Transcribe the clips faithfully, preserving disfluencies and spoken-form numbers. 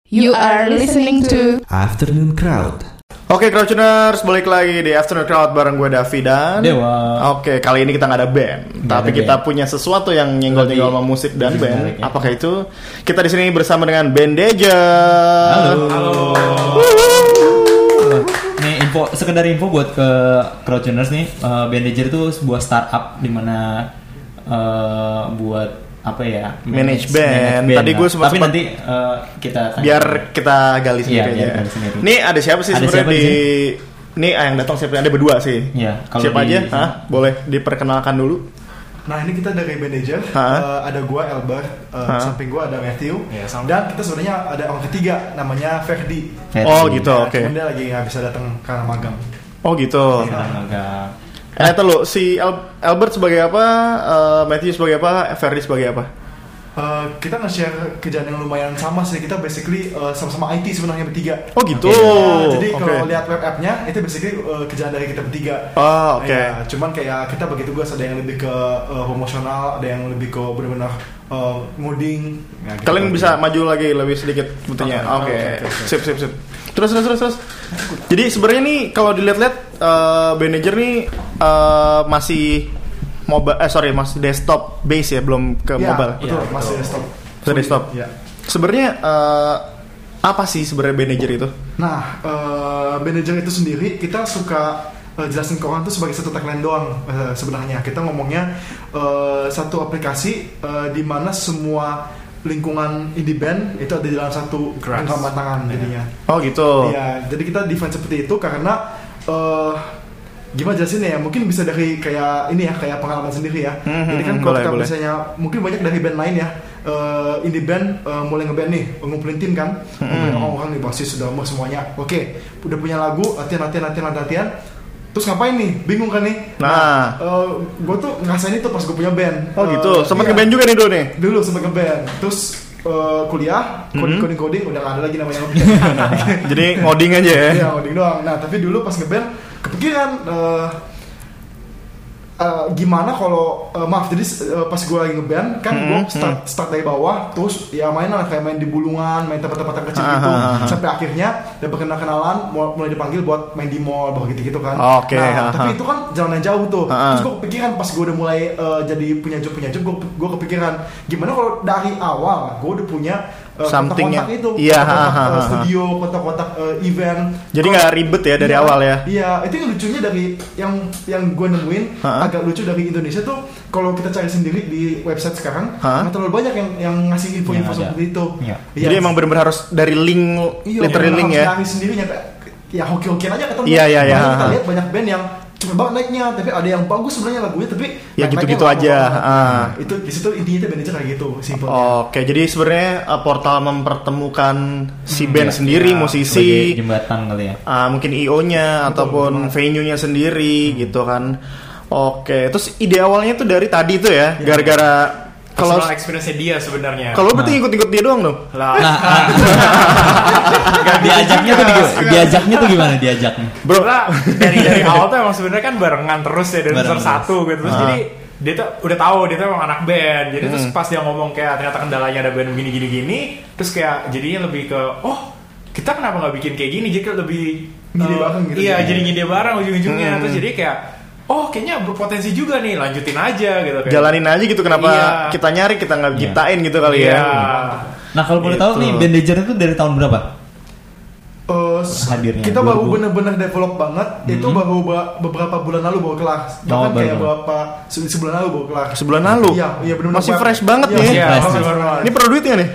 You are listening to Afternoon Crowd. Oke, Crowdtuners, balik lagi di Afternoon Crowd bareng gue Davi dan Dewa. Oke, kali ini kita nggak ada band, Gak tapi ada kita band. punya sesuatu yang nyenggol-nyenggol sama musik dan band. menarik, ya. Apakah itu? Kita di sini bersama dengan Bandager. Halo. Halo. Nih info, sekedar info buat ke Crowdtuners nih, uh, Bandager itu sebuah startup di mana uh, buat apa ya? Manage band. Tadi gue sempat- Tapi sempat- nanti uh, kita tanya. Biar kita gali sendiri Iya, biar aja. gali sendiri. Nih ada siapa sih Ada sebenarnya siapa di di Nih ah, yang datang siapa? Ada berdua sih. Iya, kalau Siapa di- aja? Hah? Boleh diperkenalkan dulu? Nah ini kita dari Bandager, Ha? uh, ada gua Albert, uh, Ha? samping gua ada Matthew, Ya, sama. dan kita sebenarnya ada orang ketiga namanya Ferdi. Ferdi. Oh gitu, Ya, oke. cuman dia lagi nggak bisa datang karena magang. Oh gitu. Sekarang agak Eh, terlalu si Al- Albert sebagai apa? Eh, Matthew sebagai apa? Ferdi sebagai apa? Uh, kita nge-share kerjaan yang lumayan sama sih. Kita basically uh, sama-sama I T sebenarnya bertiga. Oh gitu. Ya, jadi Oke. kalau lihat web app-nya itu basically uh, kerjaan dari kita bertiga. Oh, oke. Ya, cuman kayak kita begitu gue ada yang lebih ke uh, promosional, ada yang lebih ke benar-benar uh, ngoding. Ya, gitu. Kalian bisa maju lagi lebih sedikit butuhnya. Oke, Oke. oke, oke. Sip sip sip. Terus terus terus terus. Jadi sebenarnya nih kalau dilihat-lihat eh Bandager nih eh, masih mobile eh sorry masih desktop base ya, belum ke Ya, mobile. betul, Iya, masih betul. desktop. Masih desktop. Ya. Sebenarnya eh, apa sih sebenarnya Bandager itu? Nah, uh, Bandager itu sendiri kita suka uh, jelasin ke orang tuh sebagai satu tagline doang uh, sebenarnya. Kita ngomongnya uh, satu aplikasi uh, di mana semua lingkungan indie band itu ada di dalam satu Keras. genggaman tangan jadinya. Oh gitu. Iya, jadi kita define seperti itu karena uh, gimana jelasin ya? Mungkin bisa dari kayak ini ya, kayak pengalaman sendiri ya. Hmm, Jadi kan hmm, kalau boleh, kita boleh. misalnya mungkin banyak dari band lain ya, uh, indie band uh, mulai ngeband nih, ngumpulin tim kan, ngumpulin orang-orang nih basis sudah umur semuanya. Oke, udah punya lagu, latihan, latihan, latihan, latihan. Terus ngapain nih? Bingung kan nih? Nah. uh, gue tuh ngerasain itu pas gue punya band. Oh gitu. Uh, Sempat iya. ngeband juga nih dulu nih. Dulu sempat ngeband. Terus uh, kuliah, coding, Mhm. coding, coding, udah gak ada lagi namanya. Jadi ngoding aja ya. Iya, ngoding doang. Nah, tapi dulu pas ngeband kepikiran uh, uh, gimana kalau uh, maaf jadi uh, pas gue lagi ngeband kan gue Hmm, start start dari bawah terus ya mainan kayak main di bulungan, main tempat-tempat kecil Ah, gitu ah, ah, ah. sampai akhirnya udah berkenal-kenalan mul- mulai dipanggil buat main di mall baru gitu-gitu kan. Oke, Nah, ah, tapi ah. itu kan jalan yang jauh tuh. Ah, ah. Terus gue kepikiran pas gue udah mulai uh, jadi punya job punya job gue gue kepikiran gimana kalau dari awal gue udah punya uh, Something kontak-kontak yang- itu, iya, kontak-kontak, ah, ah, uh, ah. studio, kontak-kontak uh, event. Jadi Kalau- nggak ribet ya dari Iya, awal ya. Iya, itu yang lucunya dari yang yang gue nemuin Ha-ha. agak lucu dari Indonesia tuh kalau kita cari sendiri di website sekarang Ha? nggak terlalu banyak yang yang ngasih info-info Yang ada. seperti itu. Iya. Jadi emang benar-benar harus dari link, iya, literally link harus ya. nyari sendiri nyampe ya hoki-hokian aja ketemu. Iya, iya, iya, Makanya kita ha-ha. lihat banyak band yang cepet banget naiknya, tapi ada yang bagus sebenarnya lagunya tapi Ya naik-naiknya gitu-gitu lama aja, banget. ah. Itu di situ intinya tuh bandnya kayak gitu, simpelnya. Oke, jadi sebenarnya uh, portal mempertemukan si Hmm, band iya, sendiri, iya. musisi, sebagai jembatan kali ya. uh, mungkin I O-nya ataupun betul. venue-nya sendiri gitu kan. Oke, terus ide awalnya tuh dari tadi tuh ya, gara-gara kalau Personal experience-nya dia sebenarnya. kalau berarti ikut-ikut dia doang dong. lah, Nah, diajaknya tuh di- diajaknya tuh gimana diajaknya? Bro, Lah, dari dari awal tuh emang sebenarnya kan barengan terus ya dari Barengan semester satu gitu. Terus Ah. jadi dia tuh udah tahu dia tuh emang anak band. Jadi terus Hmm. pas dia ngomong kayak ternyata kendalanya ada band gini gini gini, terus kayak jadinya lebih ke oh kita kenapa nggak bikin kayak gini? Jadi kayak lebih Ngide eh, bareng gitu Iya, ya. jadi ngide bareng ujung-ujungnya. Hmm. Terus jadi kayak oh kayaknya berpotensi juga nih, lanjutin aja gitu. Kayak. jalanin aja gitu, kenapa Iya. kita nyari, kita nggak Iya. ciptain gitu kali Iya. ya. Nah, kalau boleh tahu Gitu. nih Bandager itu dari tahun berapa? Uh, s- Hadirnya, kita dua ribu. baru bener-bener develop banget itu baru ba- beberapa bulan lalu baru kelar bahkan Oh, baru kayak kelar. beberapa se- sebulan lalu baru kelar Sebulan lalu. iya iya benar-benar Masih baru. fresh banget Iya, nih. Iya, Fresh. masih baru. Ini perlu duitnya nih.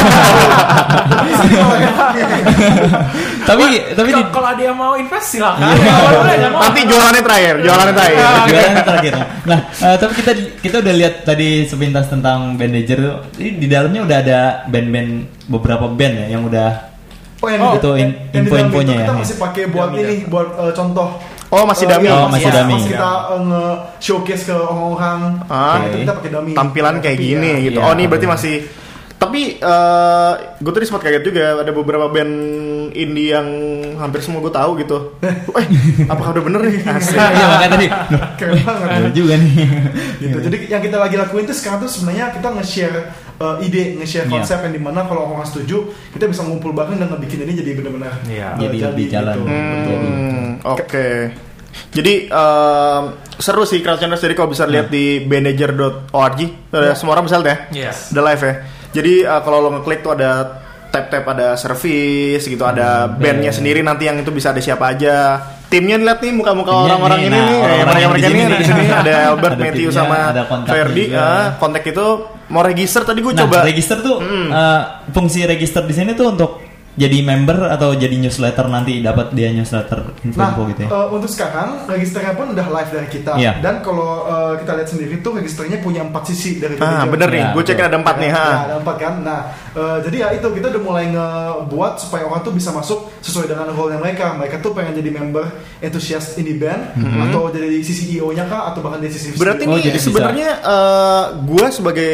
Tapi tapi di Kalau- kalau ada yang mau invest silakan. Iya. Kalau boleh, nggak mau. Nanti jualannya terakhir, jualannya terakhir. jualan terakhir. Nah, eh, tapi kita kita udah lihat tadi sepintas tentang Bandager tuh. Ini di dalamnya udah ada band-band beberapa band ya yang udah Oh, yang itu di- in- yang di dalam info-infonya itu kita ya. masih pakai buat Dummy, ini, buat eh, contoh. Oh, masih Eh, dummy. iya, Oh, masih iya, dummy. Pas kita eh, nge-showcase ke orang-orang, Ah, itu kita pakai dummy. Tampilan kayak Tapi gini ya, gitu. iya. Oh, ini berarti masih Tapi uh, gue tadi sempat kaget juga ada beberapa band indie yang hampir semua gue tahu gitu. Eh, apakah udah bener nih? Asik. Iya makanya tadi. Keren banget. Bener juga nih. Gitu. Jadi yang kita lagi lakuin tuh sekarang tuh sebenarnya kita nge-share uh, ide, nge-share Iya. konsep yang dimana kalau orang setuju kita bisa ngumpul bareng dan ngebikin ini jadi benar-benar Iya. uh, Jadi lebih jalan. Hmm, oke. Jadi um, seru sih Crowdchanners. Jadi kalau bisa lihat di bandager dot org, ada semua orang bisa lihat ya. Yes. Ada live ya. Jadi uh, kalau lo ngeklik tuh ada tab-tab, ada service gitu, ada Hmm, bandnya band. sendiri nanti yang itu bisa ada siapa aja. Timnya lihat nih muka-muka Timnya orang-orang nih, ini nah, nih, orang-orang mereka yang mereka di ini sini ada di nih. sini ada Albert, Ada Matthew timnya, sama ada kontaknya Ferdi. juga. Uh, kontak itu mau register tadi gue Nah, coba. register tuh Mm. eh, fungsi register di sini tuh untuk jadi member atau jadi newsletter nanti dapat dia newsletter Nah, info gitu ya. uh, untuk sekarang registernya pun udah live dari kita. Iya. Dan kalau uh, kita lihat sendiri tuh registernya punya empat sisi dari Ah, manajer. bener nih, Ya, gue cek betul. ada empat nih, Ya, ha. ya, ada empat kan. Nah, uh, jadi ya itu kita udah mulai ngebuat supaya orang tuh bisa masuk sesuai dengan role mereka. Mereka tuh pengen jadi member enthusiast indie band atau jadi sisi E O-nya kah atau bahkan di sisi Berarti Oh, nih jadi bisa. sebenarnya gue sebagai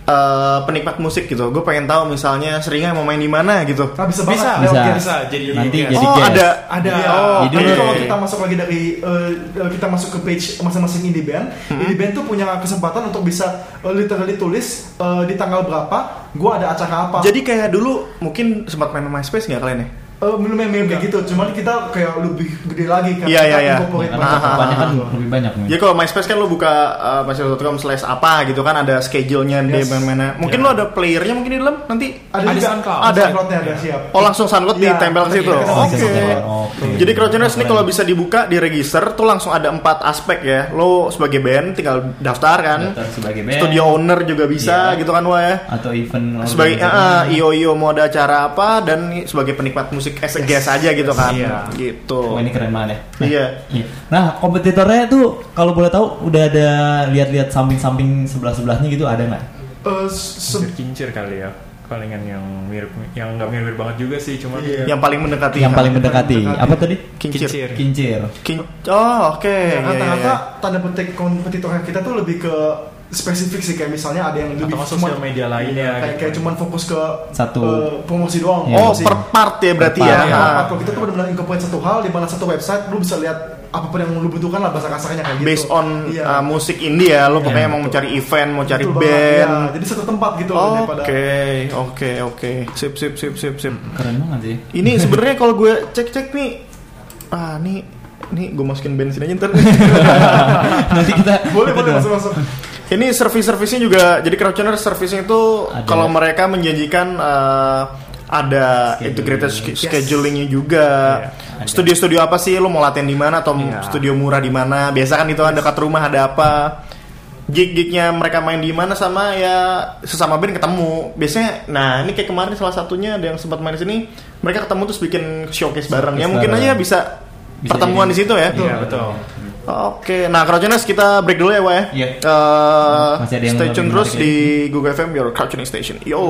uh, penikmat musik gitu, gue pengen tahu misalnya seringnya mau main di mana gitu. Nah, bisa banget. Bisa, lewat bisa. guest. bisa jadi Nanti guest. jadi oh guest. ada, Ada. Iya. Oh, Jadi Jadi oke. kalau kita masuk lagi dari uh, uh, kita masuk ke page masing-masing indie band, indie band tuh punya kesempatan untuk bisa uh, literally tulis uh, di tanggal berapa, gua ada acara apa. Jadi kayak dulu mungkin sempat main MySpace nggak kalian ya? uh, belum yang kayak gitu, cuman kita kayak lebih gede lagi kan. Iya, Kita iya, iya. incorporate Karena banyak. cakupannya kan Ah, lebih banyak nih. Jadi kalau MySpace kan lo buka uh, myspace dot com slash apa gitu kan ada schedule-nya di Yes. mana-mana. Mungkin Ya. lo ada playernya mungkin di dalam nanti. Ada, Ada juga SoundCloud. Ada. SoundCloud-nya ada siap. Oh langsung SoundCloud Iya, ditempel ke situ. iya, Oke. langsung ditempel. Oke. Jadi Crowdchanners ini Keren. kalau bisa dibuka di register tuh langsung ada empat aspek ya. Lo sebagai band tinggal daftar kan. Daftar sebagai band. Studio owner juga bisa Iya. gitu kan wah ya. Atau event Sebagai organizer. uh, I O I O mau ada acara apa dan sebagai penikmat musik as a guest aja gitu kan. Iya. Gitu. Oh, ini keren banget ya. Nah, Iya. iya. Nah, kompetitornya tuh kalau boleh tahu udah ada lihat-lihat samping-samping sebelah-sebelahnya gitu ada nggak? Uh, se- Kincir kali ya. Palingan yang mirip, yang nggak mirip banget juga sih, cuman Iya. Yang paling mendekati. Yang paling mendekati. mendekati. Apa tadi? Kincir. Kincir. Kincir. Kin- oh oke. Ya, Iya, rata-rata iya, tanda petik kompetitornya kita tuh lebih ke spesifik sih, kayak misalnya ada yang lebih atau sosial media lainnya kayak, gitu. kayak cuman fokus ke Satu. eh, promosi doang. Iya. Oh promosi. per part ya berarti Per ya. part, Ya, Ah. kalau kita tuh benar-benar incorporate satu hal di mana satu website lu bisa lihat apapun yang lu butuhkan lah bahasa kasarnya kayak gitu. Based on Iya. uh, musik indie ya, lo pokoknya Iya, mau mencari event, mau cari Betul banget, band. ya. Jadi satu tempat gitu loh, daripada Oke, oke, oke. Sip, sip, sip, sip, sip. Keren banget sih. Ini sebenarnya kalau gue cek-cek nih, ah nih, nih gue masukin bensin aja ntar. Nanti kita boleh kita boleh doang. masuk masuk. Ini service-servicenya juga, jadi Crowdchanners servicenya itu Ada. kalau mereka menjanjikan uh, ada Schedule. integrated sch- Yes. schedulingnya juga. Iya, ada. Studio-studio apa sih lo mau latihan di mana atau Iya. studio murah di mana? Biasa kan itu ada dekat rumah ada apa? Gig-gignya mereka main di mana sama ya sesama band ketemu. Biasanya, nah ini kayak kemarin salah satunya ada yang sempat main di sini. Mereka ketemu terus bikin showcase bareng. Ya Showcase mungkin bareng. aja bisa, Bisa pertemuan jadi- di situ ya. Iya, betul. Oke, nah Crowdchanners kita break dulu ya, Wak ya. Iya. Eh, Masih ada yang stay lebih tune terus menarik di Google F M, your Crowdchanners station. Yo.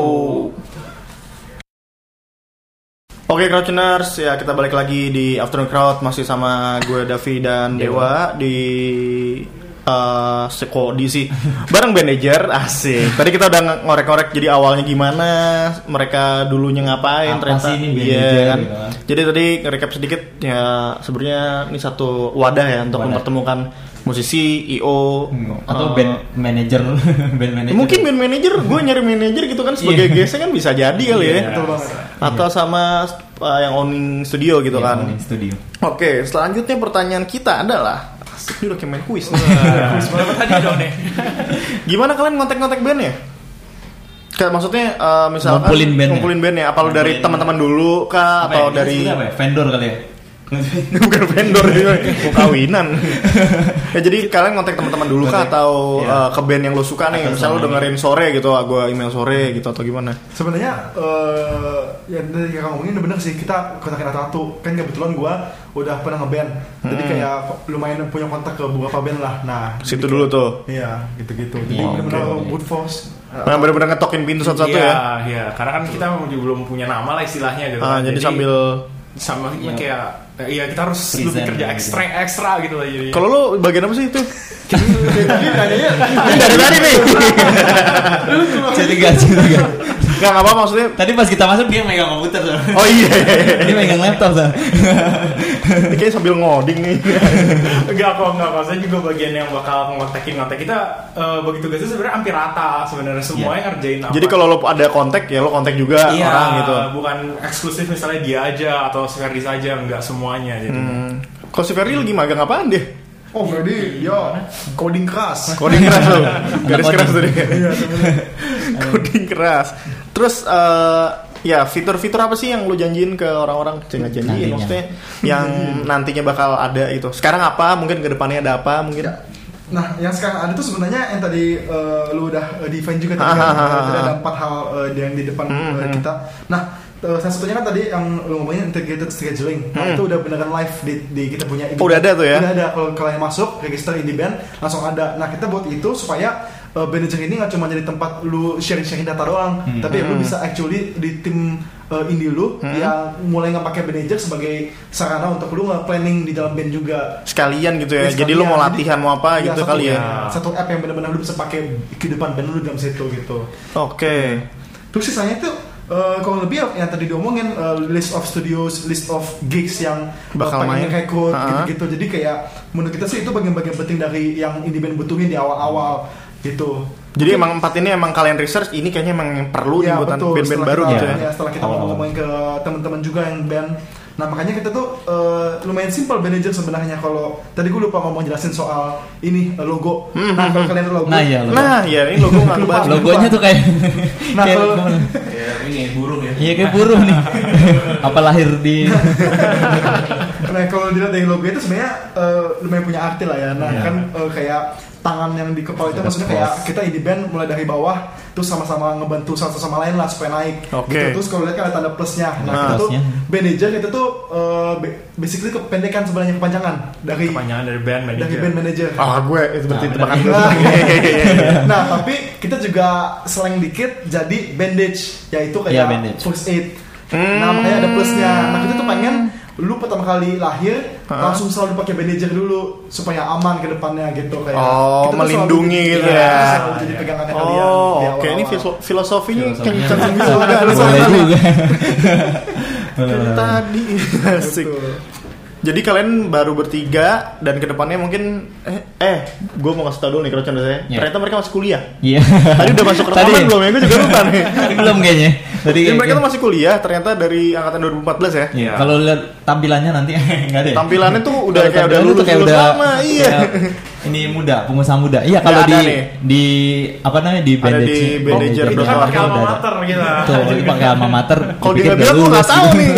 Oke Crowdchanners, ya kita balik lagi di Afternoon Crowd masih sama gue Davi dan Dewa di eh Sekodi sih bareng manajer asik. Tadi kita udah ngorek-ngorek jadi awalnya gimana, mereka dulunya ngapain, Apa ternyata sih ini iya manajer, kan. gitu kan. Jadi tadi nge-recap sedikit ya sebenarnya ini satu wadah ya untuk Wadah. mempertemukan musisi, I O Hmm, atau eh, band manager, band manager. mungkin band manager, gue nyari manajer gitu kan sebagai Iya. guest kan bisa jadi kali ya. Iya. Betul banget. Atau sama uh, yang owning studio gitu Iya, kan. owning studio. Oke, selanjutnya pertanyaan kita adalah asik, ini udah kayak main kuis. Berapa tadi dong nih? Gimana kalian ngontek-ngontek band ya? Kayak maksudnya uh, misalkan Ngumpulin band ya? ngumpulin band ya, apa lu dari Ngumpulin. teman-teman dulu kah Apa atau ya? dari Ini apa ya? Vendor kali ya. bukan vendor juga, mau kawinan. Ya jadi kalian ngontek teman-teman dulu kah atau Iya. uh, ke band yang lo suka nih, Atau misalnya lo sama dengerin sore gitu, ah, gue email sore gitu atau gimana? Sebenarnya eh ya dari yang ngomongin udah bener sih, kita kontakin satu kan kebetulan gua udah pernah ngeband, jadi Hmm. kayak lumayan punya kontak ke beberapa band lah. Nah Situ jadi dulu kayak- tuh. Iya gitu-gitu. Jadi Iya, benar-benar oke. good force. Nah, bener-bener ngetokin pintu satu-satu Iya, ya. iya. Karena kan kita juga belum punya nama lah istilahnya gitu. Ah, kan. jadi sambil sama Iya. kayak iya kita harus Present lebih kerja gitu. ekstra ekstra gitu lah jadi. kalau lo bagian apa sih itu? Jadi nanyanya Ini dari tadi nih. C tiga, C tiga. Enggak apa maksudnya. Tadi pas kita masuk dia megang komputer soalnya. Oh iya. Dia megang laptop soalnya. Ini kayaknya sambil ngoding nih. Enggak kok, enggak kok. Saya juga bagian yang bakal ngontekin ngontek kita uh, bagi tugasnya sebenarnya hampir rata sebenarnya semuanya yeah. ngerjain apa. Jadi kalau lo ada kontak ya lo kontak juga iya, orang gitu. Bukan eksklusif misalnya dia aja atau si Ferdi saja, enggak semuanya jadi. Hmm. Kalau si Ferdi lagi magang apaan deh? Oh Ferdi, ya coding keras. Coding keras lo. Garis keras tadi. Coding keras. Terus uh, ya fitur-fitur apa sih yang lu janjiin ke orang-orang? Jangan janjiin maksudnya yang nantinya bakal ada itu. Sekarang apa? Mungkin ke depannya ada apa? Mungkin. Ya. Nah, yang sekarang ada tuh sebenarnya yang tadi uh, lu udah uh, define juga tadi kan. Tadi ada empat hal uh, yang di depan uh, kita. Nah, Uh, salah satunya kan tadi yang lu ngomongin integrated scheduling. Nah, hmm. itu udah beneran live di, di kita punya indie oh, udah ada tuh ya? Udah ada. Kalau kalian masuk register indie band langsung ada. Nah, kita buat itu supaya uh, manager ini nggak cuma jadi tempat lu sharing-sharing data doang, hmm. tapi hmm. lu bisa actually di tim uh, indie lu hmm. yang mulai nggak pakai manager sebagai sarana untuk lu nge-planning di dalam band juga. Sekalian gitu ya. ya jadi lu mau latihan jadi, mau apa gitu satu, kali ya. Satu app yang benar-benar lu bisa pakai ke depan band lu dalam situ gitu. Oke. Okay. Terus sisanya itu Uh, kalau lebih yang tadi diomongin uh, list of studios, list of gigs yang bakal uh, main rekrut gitu-gitu. Jadi kayak menurut kita sih itu bagian-bagian penting dari yang indie band butuhin di awal-awal gitu. Jadi emang empat ini emang kalian research ini kayaknya emang yang perlu ya, nih buat band-band kita, baru gitu ya. ya. Setelah kita ngomongin ke teman-teman juga yang band. Nah makanya kita tuh uh, lumayan simple manager sebenarnya. Kalau tadi gue lupa ngomong jelasin soal ini logo. Hmm, nah kalau kalian logo, nah ya, logo. nah ya ini logo nggak bahas. Logonya tuh kayak, nah kayak kalau ya ini burung ya. Iya kayak burung nih. Apa lahir di? Nah kalau dilihat dari logo itu sebenarnya uh, lumayan punya arti lah ya. Nah yeah. kan uh, kayak tangan yang di kepala itu maksudnya kayak kita indie band mulai dari bawah terus sama-sama ngebantu satu sama lain lah supaya naik. Okay. Gitu. Terus kalau lihat kan ada tanda plusnya. Nah, nah itu manager itu tuh uh, basically kependekan sebenarnya kepanjangan dari kepanjangan dari band manager. Dari band manager. Ah, oh, gue itu berarti tebakan gue. Nah, tapi kita juga slang dikit jadi bandage yaitu kayak yeah, first aid. Hmm. Nah, makanya ada plusnya. Nah, kita tuh pengen lu pertama kali lahir uh-huh. langsung selalu pakai bandager dulu supaya aman ke depannya gitu kayak oh kita melindungi gitu ya, ya. Selalu jadi pegangannya oh, kalian. Oh oke okay. Ini filosofinya kencang juga tadi asik. Jadi kalian baru bertiga dan kedepannya mungkin eh, eh gue mau ngasih tau dulu nih kalau canda saya yeah. ternyata mereka masih kuliah. Iya. Yeah. Tadi udah masuk rekaman belum ya? Gue juga lupa nih. Belum kayaknya. Tadi jadi mereka tuh masih kuliah ternyata dari angkatan dua ribu empat belas ya. Yeah. Kalau lihat tampilannya nanti enggak ada. Tampilannya tuh udah kayak udah lulus kayak udah lama, iya. Ini muda, pengusaha muda. Iya kalau di nih. di apa namanya di bandage. Di bandager oh, kan pakai alma mater gitu. Tuh, ini pakai alma mater. Kalau dia bilang gue enggak tahu nih.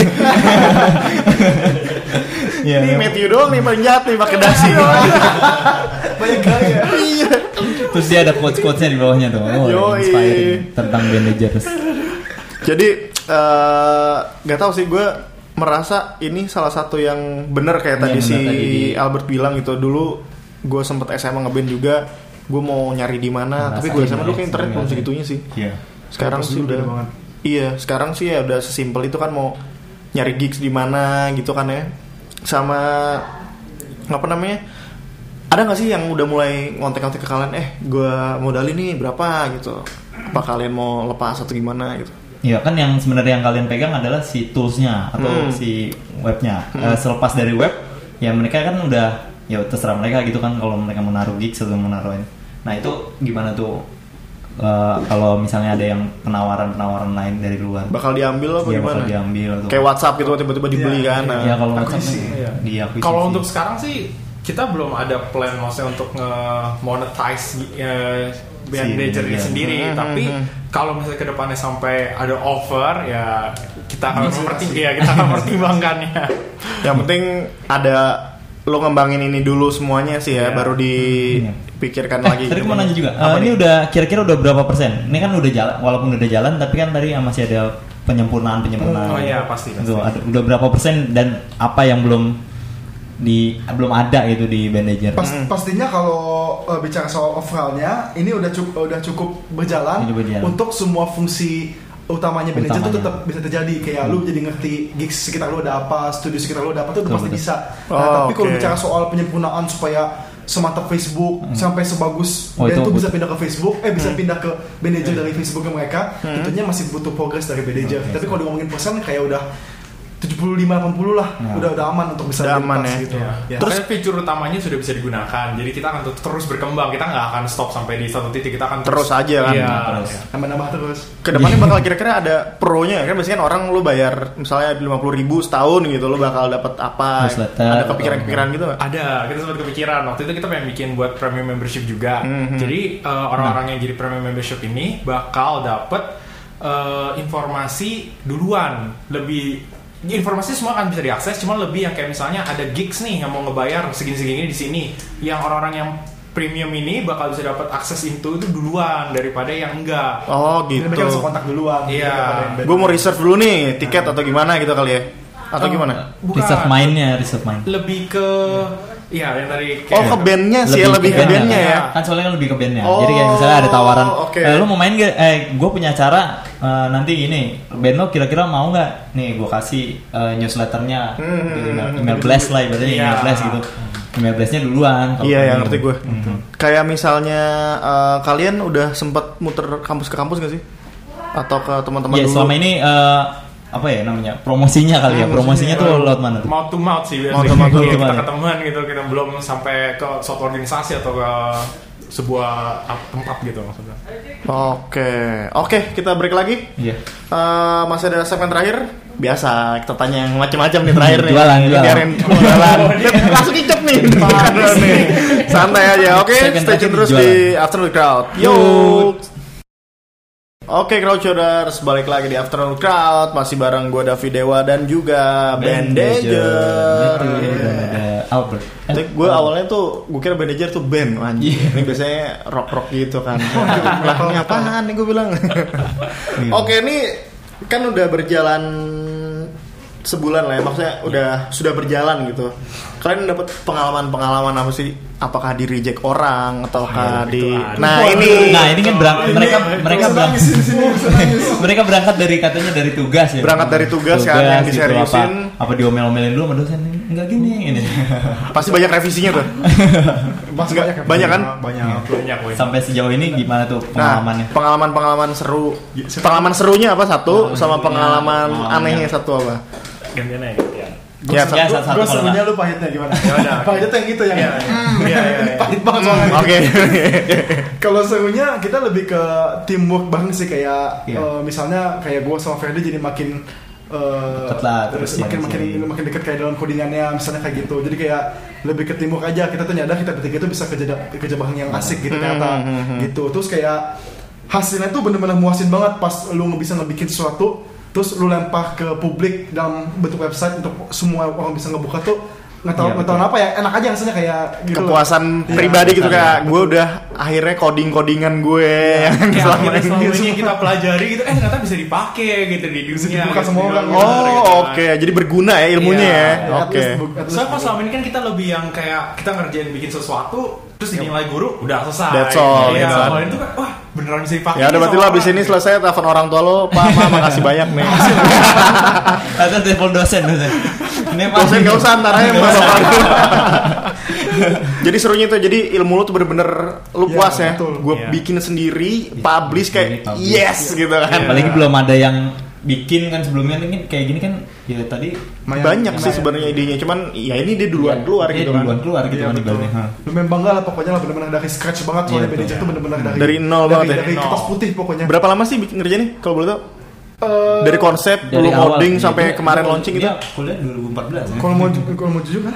Ya, ini Matthew doang nih paling jahat nih pakai dasi. Banyak gaya. Iya. Terus dia ada quotes-quotesnya di bawahnya tuh. Oh, inspiring tentang bandagers. Jadi nggak uh, tahu sih gue merasa ini salah satu yang benar kayak tadi si tadi Albert bilang gitu. Dulu gue sempet S M A ngeband juga. Gue mau nyari di mana, tapi gue S M A dulu ke internet belum segitunya sih. Iya. Sekarang sih udah. Iya, sekarang sih ya udah sesimpel itu kan mau nyari gigs di mana gitu kan ya. Sama apa namanya, ada nggak sih yang udah mulai ngontek-ngontek ke kalian, eh gue modalin nih berapa gitu, apa kalian mau lepas atau gimana gitu? Iya kan yang sebenarnya yang kalian pegang adalah si toolsnya atau hmm. si webnya. hmm. uh, selepas dari web ya mereka kan udah ya terserah mereka gitu kan kalau mereka mau naruh gigs atau mau naruhin. Nah itu gimana tuh? Uh, kalau misalnya ada yang penawaran-penawaran lain dari luar bakal diambil apa ya, gimana? Bakal diambil tuh. Kayak WhatsApp gitu tiba-tiba dibeli ya, kan? Iya kalau WhatsApp iya. diakuisisi. Kalau untuk sekarang sih kita belum ada plan maksudnya untuk nge-monetize uh, bandager si, sendiri. Hmm, tapi hmm, kalau misalnya kedepannya sampai ada offer ya kita akan mempertimbangkan ya kita akan mempertimbangkannya. Yang penting ada lo ngembangin ini dulu semuanya sih ya, yeah. baru dipikirkan eh, lagi. Tadi mau nanya juga, uh, ini udah kira-kira udah berapa persen? Ini kan udah jalan, walaupun udah jalan, tapi kan tadi masih ada penyempurnaan penyempurnaan. Oh iya pasti. pasti. Tuh, ada, udah berapa persen dan apa yang belum di belum ada gitu di bandager? Pas, pastinya kalau uh, bicara soal overallnya, ini udah cukup udah cukup berjalan, berjalan untuk semua fungsi utamanya bandager itu tetap bisa terjadi. Kayak hmm. lu jadi ngerti gigs sekitar lu ada apa, studio sekitar lu ada apa tuh udah pasti bisa. Nah, oh, tapi okay. kalau bicara soal penyempurnaan supaya semantap Facebook Hmm. sampai sebagus Oh, band itu tuh bisa but- pindah ke Facebook, eh bisa Hmm. pindah ke manajer dari Facebooknya mereka, tentunya masih butuh progres dari manajer. Oke, Tapi so. kalau ngomongin persen kayak udah tujuh puluh lima delapan puluh lah, Nah. udah udah aman untuk bisa Udah aman dilepas ya. gitu. Ya. Ya. Terus fitur utamanya sudah bisa digunakan. Jadi kita akan ter- terus berkembang. Kita nggak akan stop sampai di satu titik. Kita akan Terus aja kan. Iya. Terus. Iya. nambah-nambah terus. Kedepannya bakal kira-kira ada pro-nya kan, biasanya kan orang lu bayar misalnya lima puluh ribu setahun gitu, lu bakal dapat apa? Newsletter Ada kepikiran-kepikiran gitu nggak? Ada, kita sempat kepikiran. Waktu itu kita pengen bikin buat premium membership juga. Mhm. Jadi uh, orang-orang yang jadi premium membership ini bakal dapet uh, informasi duluan. Lebih informasi semua kan bisa diakses, cuma lebih yang kayak misalnya ada gigs nih yang mau ngebayar segini-segini di sini. Yang orang-orang yang premium ini bakal bisa dapat akses itu itu duluan daripada yang enggak. Oh Jadi mereka langsung gitu. kontak duluan. Iya. daripada yang band. Gue mau reserve dulu nih tiket atau gimana gitu kali ya? Atau Oh, gimana? bukan. Reserve main-nya, reserve main. Lebih ke ya yang tadi Oh ke bandnya sih, lebih ke bandnya ya. Kan soalnya kan lebih ke bandnya. Oh, Jadi kayak misalnya ada tawaran, oke. eh, lu mau main gak? Eh, gue punya acara eh, nanti ini, band lo kira-kira mau nggak? Nih, gue kasih eh, newsletternya, Hmm, gitu, email, email blast lah, ibaratnya Iya. email blast gitu. Email blastnya duluan. kalau Iya ya premium. ngerti gue. Mhm. Kayak misalnya eh, kalian udah sempet muter kampus ke kampus gak sih? Atau ke teman-teman Iya, dulu? selama ini eh, apa ya namanya? Promosinya kali ya. Hmm, Promosinya tuh lewat mana tuh? mouth to mouth sih biasanya. Mouth to mouth, Iya, mouth to kita mouth. ketemuan gitu, kita belum sampai ke suatu organisasi atau ke sebuah ap- tempat gitu maksudnya. Oke, oke kita break lagi. Iya. Eh, masih ada segmen terakhir. Biasa kita tanya yang macam-macam nih terakhir nih. Jualan, Ini jualan. biarin jualan. Langsung icep nih. Aduh, nih. Santai aja. Oke, Segmen stay tune terakhir terus jualan. di Afternoon Crowd. Yo. Yo. Oke, Crowdshaders, balik lagi di Afternoon Crowd. Masih bareng gue Davi Dewa dan juga Bandager. Itu, dan ada Albert. Eh, Tapi gue awalnya tuh gue kira Bandager tuh band anjir. Ini biasanya rock-rock gitu kan. Lah ini apaan nih gue bilang. Oke, ini kan udah berjalan sebulan lah ya, maksudnya udah sudah berjalan gitu. Kalian dapat pengalaman-pengalaman apa sih? Apakah di reject orang ataukah di Nah, ini Nah ini kan berang- mereka mereka Bisa berang- nangis di sini, bisa nangis. mereka berangkat dari katanya dari tugas ya. Berangkat dari tugas kan, yang gitu, diseriusin. apa, apa diomel-omelin dulu sama dosen enggak gini ini. pasti banyak revisinya tuh. Pasti Nggak, banyak ya, banyak kan? Banyak. Banyak woy. Sampai sejauh ini gimana tuh Nah, pengalamannya? pengalaman-pengalaman seru. Pengalaman serunya apa satu, sama pengalaman pengalaman anehnya satu apa? Gantian aja gantian. Ya, Ya, satu. satu- satu Gue kalau serunya nggak. lu pahitnya gimana? Ya udah. Pahitnya tuh yang gitu yang Iya, iya. Iya, iya, iya. pahit banget soalnya. Oke. Kalau serunya kita lebih ke teamwork banget sih, kayak Iya. eh, misalnya kayak gue sama Ferdi jadi makin eh, Deket lah, terus terus makin sharing- makin sharing. makin dekat kayak dalam codingannya misalnya kayak gitu. Jadi kayak lebih ke teamwork aja. Kita tuh nyadar kita bertiga itu bisa kerja kerja bareng yang asik gitu ternyata gitu. Terus kayak hasilnya tuh bener-bener muasin banget pas lu bisa ngebikin sesuatu terus lu lempar ke publik dalam bentuk website untuk semua orang bisa ngebuka tuh nggak tahu Iya, nggak tahu betul. apa ya, enak aja rasanya kayak gitu loh. Kepuasan Iya, pribadi gitu, betul. kayak gue udah akhirnya coding-codingan gue yang Ya, selama kita ini. selama ini yang kita pelajari gitu, eh ternyata bisa dipakai gitu di dunia. Bisa dibuka gitu, sama di orang. luar, Oh, gitu. oke. Jadi berguna ya ilmunya Iya, ya. At Oke. least bu- at least Soalnya pas bu- selama ini kan kita lebih yang kayak kita ngerjain bikin sesuatu terus dinilai guru udah selesai. That's all, Iya, gitu kan. kalau itu kan wah beneran bisa dipakai. Ya udah berarti sama lo abis orang, ini gitu. selesai telepon orang tua lo, Pak, Ma, makasih banyak nih. Atau telepon dosen dosen. Ini Pak. Dosen gak usah antar aja Mbak Bapak. Jadi serunya tuh, jadi ilmu lu tuh bener-bener lu Iya, puas ya. betul. Gue Iya. bikin sendiri, publish kayak sendiri, publish. yes gitu kan. Apalagi belum ada yang bikin kan sebelumnya ini kayak gini kan ya tadi Lumayan, Banyak sih lumayan. sebenarnya idenya, cuman ya ini dia duluan Iya, keluar dia gitu kan. duluan keluar gitu Iya, kan betul. ibaratnya. Hah. Lumayan bangga lah pokoknya lah, benar-benar dari scratch banget soalnya Iya, B D J betul. itu benar-benar dari Dari nol dari, banget ya? dari Nol. kertas putih pokoknya. Berapa lama sih bikin ngerjainnya kalau boleh tau? Eh, Dari konsep, Dari lu awal, coding iya, sampai dia- kemarin dia- launching gitu. dia kuliah dua ribu empat belas ya. kalau mau ju- kalau mau jujur kan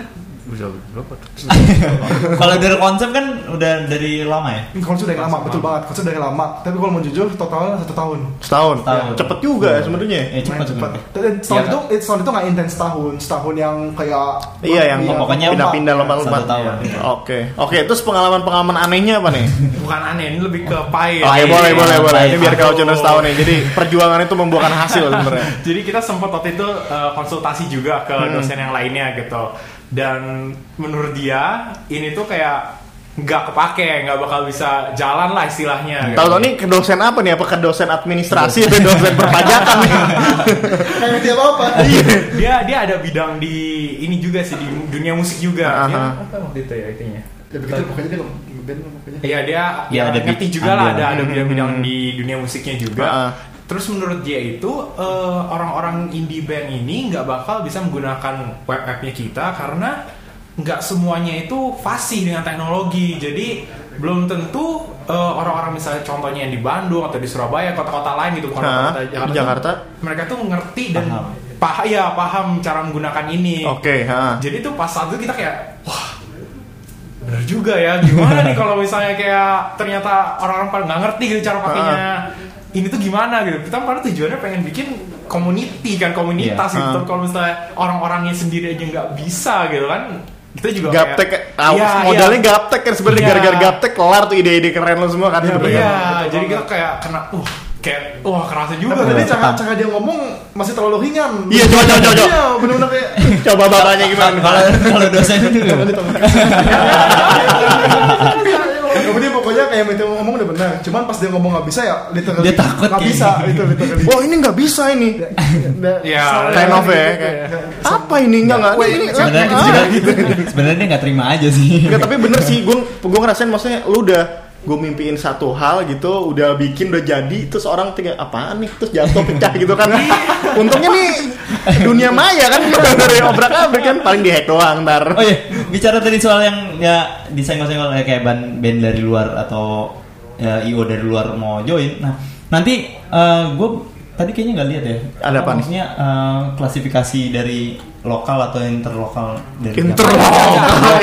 Kalau dari konsep kan udah dari lama ya. konsep dari lama, betul banget, konsep dari lama. Tapi kalau mau jujur totalnya satu tahun. Setahun. Setahun. Cepet juga ya sebenarnya. Eh cepat Lumayan cepat. Dan setahun Iya, itu, eh, setahun itu nggak intens tahun, setahun yang kayak Iya, yang Oh, pokoknya pindah-pindah lomba-lomba. Satu tahun. Oke. Oke, terus pengalaman-pengalaman anehnya apa nih? Bukan aneh, ini lebih ke pahit. Oh ya boleh Iya, boleh boleh. Ini baik. biar kau Aduh. jonas tahu nih. Jadi perjuangan itu membuahkan hasil sebenarnya. Jadi kita sempat waktu itu uh, konsultasi juga ke Hmm. dosen yang lainnya gitu. Dan menurut dia ini tuh kayak nggak kepake, nggak bakal bisa jalan lah istilahnya. gitu. Tahu-tahu nih ke dosen apa nih? Apa ke dosen administrasi atau dosen perpajakan nih? kayak ngerti apa apa. dia dia ada bidang di ini juga sih di dunia musik juga. Dia Aha. apa waktu itu ya itunya? Ya begitu pokoknya dia ngeband pokoknya. Iya dia Ya, ya, ada ngerti bid- juga lah, ambil. ada ada bidang-bidang di dunia musiknya juga. Uh-uh. Terus menurut dia itu eh, orang-orang indie band ini nggak bakal bisa menggunakan web app-nya kita karena nggak semuanya itu fasih dengan teknologi. Jadi belum tentu eh, orang-orang misalnya contohnya yang di Bandung atau di Surabaya, kota-kota lain gitu, bukan Hah? kota Jakarta, Di Jakarta? tuh, mereka tuh ngerti dan Paham. paham ya paham cara menggunakan ini. Oke, ha. Jadi tuh pas saat itu kita kayak wah bener juga ya, gimana nih kalau misalnya kayak ternyata orang-orang pada nggak ngerti gitu cara pakainya ini tuh gimana gitu. Kita pada tujuannya pengen bikin community kan, komunitas Iya. gitu. Uh. Kalau misalnya orang-orangnya sendiri aja nggak bisa gitu kan, kita juga Gaptek, kayak, ah, Iya, modalnya iya. gaptek kan sebenarnya Iya. gara-gara gaptek kelar tuh ide-ide keren lo semua kan sebenarnya. Iya, Betul jadi kita banget. kayak kena uh kayak wah kerasa juga Tapi tadi tadi. cara cara dia ngomong masih terlalu ringan. Iya, coba, coba, coba. Iya, benar-benar kayak Coba bapaknya gimana? Kalau kalau dosen itu kemudian pokoknya kayak itu ngomong udah benar. Cuman pas dia ngomong nggak bisa ya, literally Dia takut nggak kayak bisa, gitu. itu literally. Wah ini nggak bisa ini. Ya, Kind of ya. kayak, Apa ini nggak nggak? Ini ini sebenarnya ah, sebenarnya- sebenarnya dia nggak terima aja sih. Enggak, tapi bener sih, gue gue ngerasain maksudnya lu udah gue mimpiin satu hal gitu, udah bikin udah jadi, terus orang tinggal apaan nih, terus jatuh pecah gitu kan. Untungnya nih dunia maya kan kita dari obrak-abrik kan paling dihack doang ntar. Oh iya, bicara tadi soal yang ya disenggol-senggol kayak band, band dari luar atau ya, I O dari luar mau join. Nah, nanti gue tadi kayaknya nggak lihat ya. Ada apa nih? Maksudnya eh, klasifikasi dari lokal atau interlokal dari Interlokal.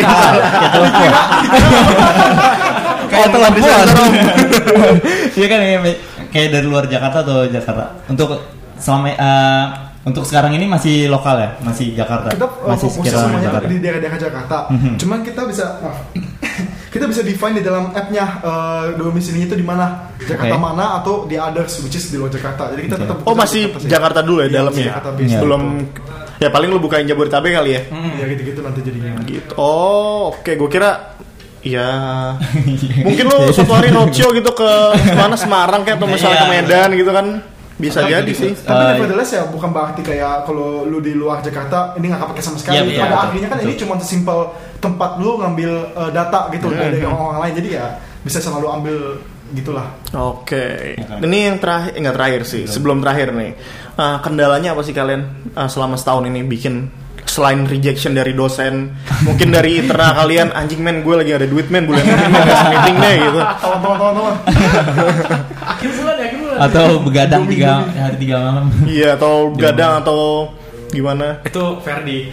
kayak Om, telepon. desainer, Om. Iya kan kayak, kayak dari luar Jakarta atau Jakarta. Untuk selama eh, untuk sekarang ini masih lokal ya, masih Jakarta. Kita uh, masih fokusnya sekitaran semuanya Jakarta. tuh di daerah-daerah Jakarta. Mhm. Cuman kita bisa maaf, kita bisa define di dalam app-nya uh, domisilinya itu di mana, Jakarta Oke. mana atau di others which is di luar Jakarta. Jadi kita Oke. tetap Oh masih Jakarta sih. Jakarta dulu ya Iya, dalamnya. masih Jakarta based. Iya. Belum ya paling lu bukain Jabodetabek kali ya. Ya gitu-gitu nanti jadinya. Gitu. Oh, oke, gue kira ya mungkin lu suatu hari roadshow gitu ke mana Semarang kayak atau misalnya ke Iya. Medan gitu kan. Bisa Atau jadi gitu. sih. Tapi Uh, nevertheless ya bukan berarti kayak kalau lu di luar Jakarta ini nggak kepake sama sekali. Iya, iya, Pada betul. akhirnya kan ini Betul. cuma sesimpel tempat lu ngambil uh, data gitu Hmm. dari orang-orang lain. Jadi ya bisa selalu ambil gitulah. Oke. Oke. Ini yang terakhir enggak terakhir sih, sebelum terakhir nih. Uh, kendalanya apa sih kalian uh, selama setahun ini bikin selain rejection dari dosen, mungkin dari internal kalian, anjing men gue lagi ada duit men, bulan ini men gak meeting deh gitu. Tolong tolong tolong tolong. Akhir bulan ya, akhir bulan. atau begadang tiga hari tiga malam. Iya, atau gadang atau gimana? Itu Ferdi.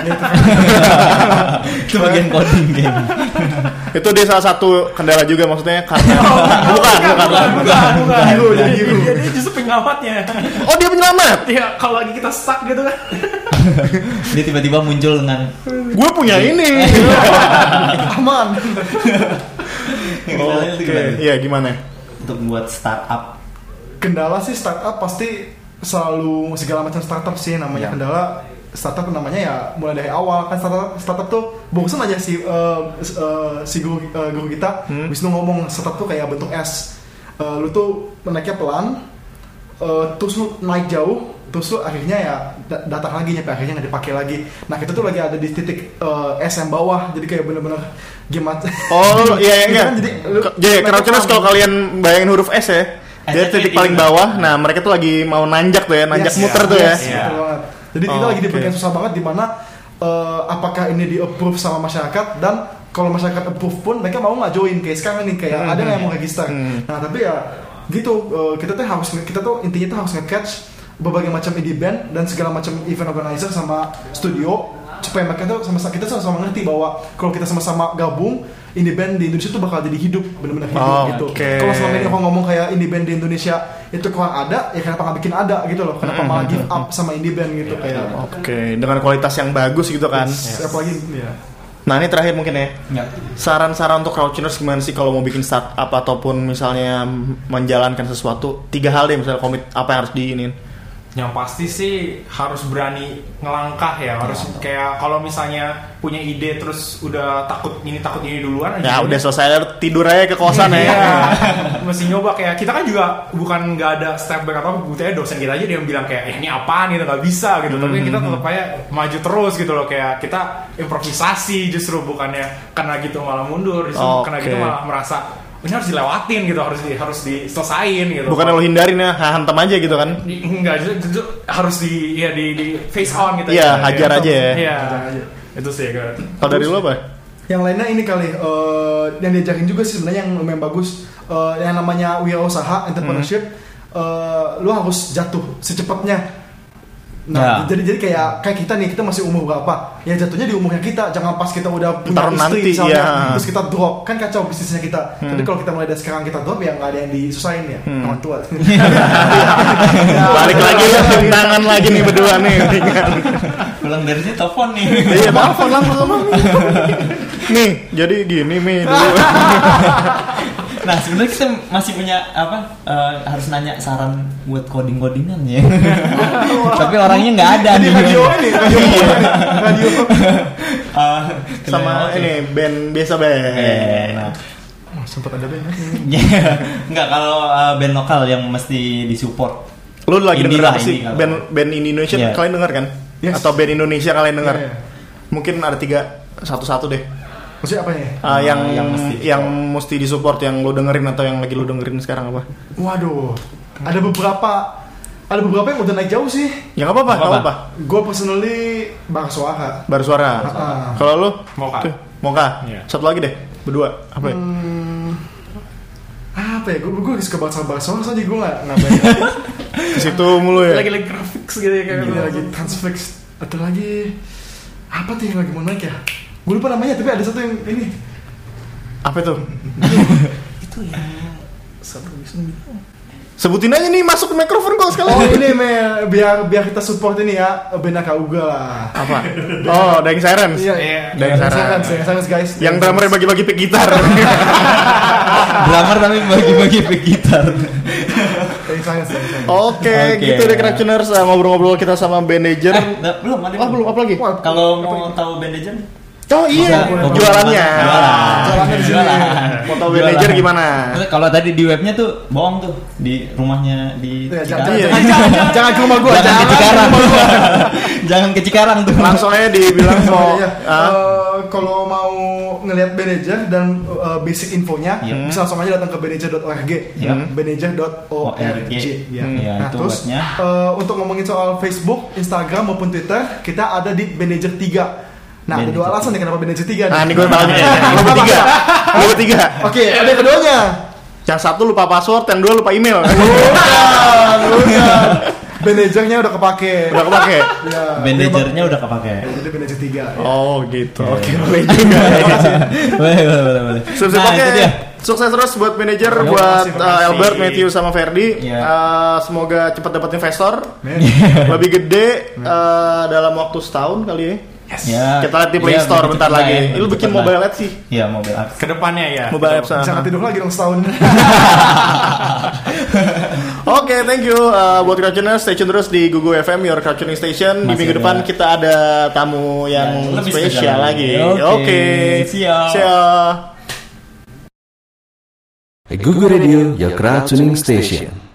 Itu bagian coding game. Itu dia salah satu kendala juga maksudnya karena bukan, bukan, bukan, bukan, bukan. Hero, jadi hero. Dia, dia justru pengamatnya. Oh, dia penyelamat. Ya kalau lagi kita stuck gitu kan. Dia tiba-tiba muncul dengan Gue punya ini. Aman. kendalanya itu Oke, gimana? iya gimana? Untuk membuat startup. Kendala sih startup pasti selalu segala macam startup sih namanya Ya. kendala startup namanya ya mulai dari awal kan startup startup tuh barusan aja si uh, uh, si guru, uh, guru kita Hmm. Wisnu ngomong startup tuh kayak bentuk S. Uh, lu tuh naiknya pelan, uh, terus lu naik jauh, terus lu akhirnya ya da- datang lagi nyampe akhirnya nggak dipakai lagi. Nah kita tuh lagi ada di titik uh, S yang bawah, jadi kayak bener-bener gimana? Oh, iya iya Gitu iya. kan, jadi lu- Ke- Jadi naiknya Crouchers pelan. kalau kalian bayangin huruf S ya, dia S-nya titik di paling mana? bawah. Nah, mereka tuh lagi mau nanjak tuh ya, nanjak Yes, muter yes, tuh ya. yes, betul banget. Jadi kita Oh, lagi di oke. bagian susah banget di mana eh, apakah ini di approve sama masyarakat dan kalau masyarakat approve pun mereka mau nggak join kayak sekarang nih kayak Hmm, ada nggak yang hmm, mau register. hmm. Nah tapi ya gitu eh, kita tuh harus kita tuh intinya tuh harus nge-catch berbagai macam indie band dan segala macam event organizer sama studio supaya mereka tuh sama kita sama-sama ngerti bahwa kalau kita sama-sama gabung indie band di Indonesia tuh bakal jadi hidup benar-benar hidup Oh, gitu. oke. Kalau selama ini orang ngomong kayak indie band di Indonesia itu kurang ada, ya kenapa nggak bikin ada gitu loh? Kenapa Hmm, malah give up sama indie band gitu kayak Oke, dengan kualitas yang bagus gitu kan. Yes. Apalagi ya. Nah, ini terakhir mungkin ya. Enggak. Saran-saran untuk Crouchers gimana sih kalau mau bikin startup ataupun misalnya menjalankan sesuatu, tiga hal deh misalnya komit apa yang harus diinin. Yang pasti sih harus berani ngelangkah ya, harus Ya, kayak kalau misalnya punya ide terus udah takut ini takut ini duluan Ya aja. udah selesai tidur aja ke kosan ya. Iya, mesti nyoba kayak kita kan juga bukan nggak ada step back atau buktinya dosen kita aja dia yang bilang kayak eh, ini apaan gitu nggak bisa gitu, tapi kita tetap aja maju terus gitu loh, kayak kita improvisasi justru bukannya karena gitu malah mundur, justru Oke. karena gitu malah merasa ini harus dilewatin gitu, harus di, harus diselesain gitu. Bukan lo hindarin ya, hantam aja gitu kan. Di- enggak justru, justru harus di ya di, di face on gitu. Iya, ya. hajar aja ya. Iya. Hajar aja. Itu sih kan. Kalau dari lo apa? Yang lainnya ini kali eh, yang diajarin juga sih sebenarnya yang lumayan bagus, eh, yang namanya wirausaha entrepreneurship. eh, lu harus jatuh secepatnya. Nah, Ya. jadi jadi kayak kayak kita nih, kita masih umur berapa? Ya jatuhnya di umurnya kita, jangan pas kita udah punya Ntar istri nanti, misalnya, ya. terus kita drop, kan kacau bisnisnya kita. Tapi kalau kita mulai dari sekarang kita drop ya nggak ada yang disusahin ya, orang tua. Balik lagi lah, tangan lagi nih berdua nih. Pulang dari sini telepon nih. Iya, telepon langsung. Nih, jadi gini nih dulu. Nah sebenarnya kita masih punya apa eh, harus nanya saran buat coding codingan ya. Tapi orangnya nggak ada Di nih. radio ini, radio ini, radio. Eh, Sama oke. ini band biasa band. Eh, nah. Oh, sempat ada band. Nggak, kalau eh, band lokal yang mesti disupport. Lu lagi Indie denger lah, apa sih? indie kalau- Band band Indonesia Iya. kalian denger kan? Yes. Atau band Indonesia kalian denger? Iya, iya. Mungkin ada tiga, satu-satu deh. Maksudnya apa ya? Ah, yang yang yang mesti mesti yang mesti disupport, yang lu dengerin atau yang lagi lu dengerin sekarang apa? Waduh, ada beberapa ada beberapa yang udah naik jauh sih. Ya nggak apa-apa, nggak Nggak apa-apa. Gue personally Bang Suara. Baru suara. Ah. Kalau lu? Moka. Tuh, Moka. Iya. Satu lagi deh, berdua. Apa ya? Hmm, apa ya? Gue gue suka banget sama Bang Suara, jadi gue nggak nggak banyak. Ke situ mulu ya. Lagi-lagi graphics gitu ya kayak Ini lagi transfix atau lagi apa tuh yang lagi mau naik ya? Gue lupa namanya, tapi ada satu yang ini. Apa itu? Itu yang satu bisa. Sebutin aja nih, masuk ke mikrofon kok sekali. Oh ini me, biar biar kita support ini ya, band Akauga lah. Apa? Oh, Dying Sirens. Iya, Iya. Dying Sirens. Dying Sirens guys. Yang drummernya bagi-bagi pick gitar. Drummer tapi bagi-bagi pick gitar. Dying Sirens, Dying Sirens. Oke, Oke. gitu deh Cractioners, uh, ngobrol-ngobrol kita sama manager. Eh, nggak, belum ada. Oh, belum apa lagi? Wah, Kalau mau tahu bandager? Oh iya, Bisa- jualannya. Jualan. Jualannya di sini. Jualan. Foto manager gimana? Terus kalau tadi di webnya tuh bohong tuh, di rumahnya di Ya, Cikarang. jangan, Iya. jangan, jangan, jangan, jangan ke rumah gue, Jangan ke Cikarang. Jangan ke Cikarang tuh. Langsung aja dibilang kok. Iya, ah, eh, kalau mau ngelihat manajer dan eh, basic infonya, Iya. bisa langsung aja datang ke manager dot org, Iya. manager dot org. O R G. Ya. Iya, Nah, itu terus webnya. eh, untuk ngomongin soal Facebook, Instagram maupun Twitter, kita ada di manager tiga. Nah, ada Manager dua alasan nih kenapa manager tiga. Nah, ini gue tahu nih. Lu bertiga. Lu bertiga. Oke, ada yang keduanya. Yang satu lupa password, yang dua lupa email. Bukan, bukan. Manajernya udah kepake. Udah kepake. Ya, Manajernya udah kepake. dia- Jadi manajer tiga. ya. Oh, gitu. Iya. Oke, boleh juga. Boleh, boleh, boleh, boleh. Sip-sip, Nah, oke. itu dia. Sukses terus buat manajer, Yo, buat makasih, uh, makasih. Albert, Matthew sama Ferdi. Iya. Uh, semoga cepat dapat investor, Men. lebih gede uh, dalam waktu setahun kali ya. Ya, Kita lihat di Play ya, Store begitu bentar cepat lagi. ya, Lu begitu bikin cepat mobile lah. app sih. Iya, mobile apps. kedepannya ya. Mobile apps. Jangan ah. tidur lagi dong setahun. Oke, thank you uh, buat Crowdtuners. Stay tune terus di Gugu F M, Your Crowdtuning Station. Di Masih minggu ada. depan kita ada tamu yang Yang lebih spesial spesial lagi. lagi. Oke, Oke, siap. Siap. Gugu Radio, your crowd tuning station.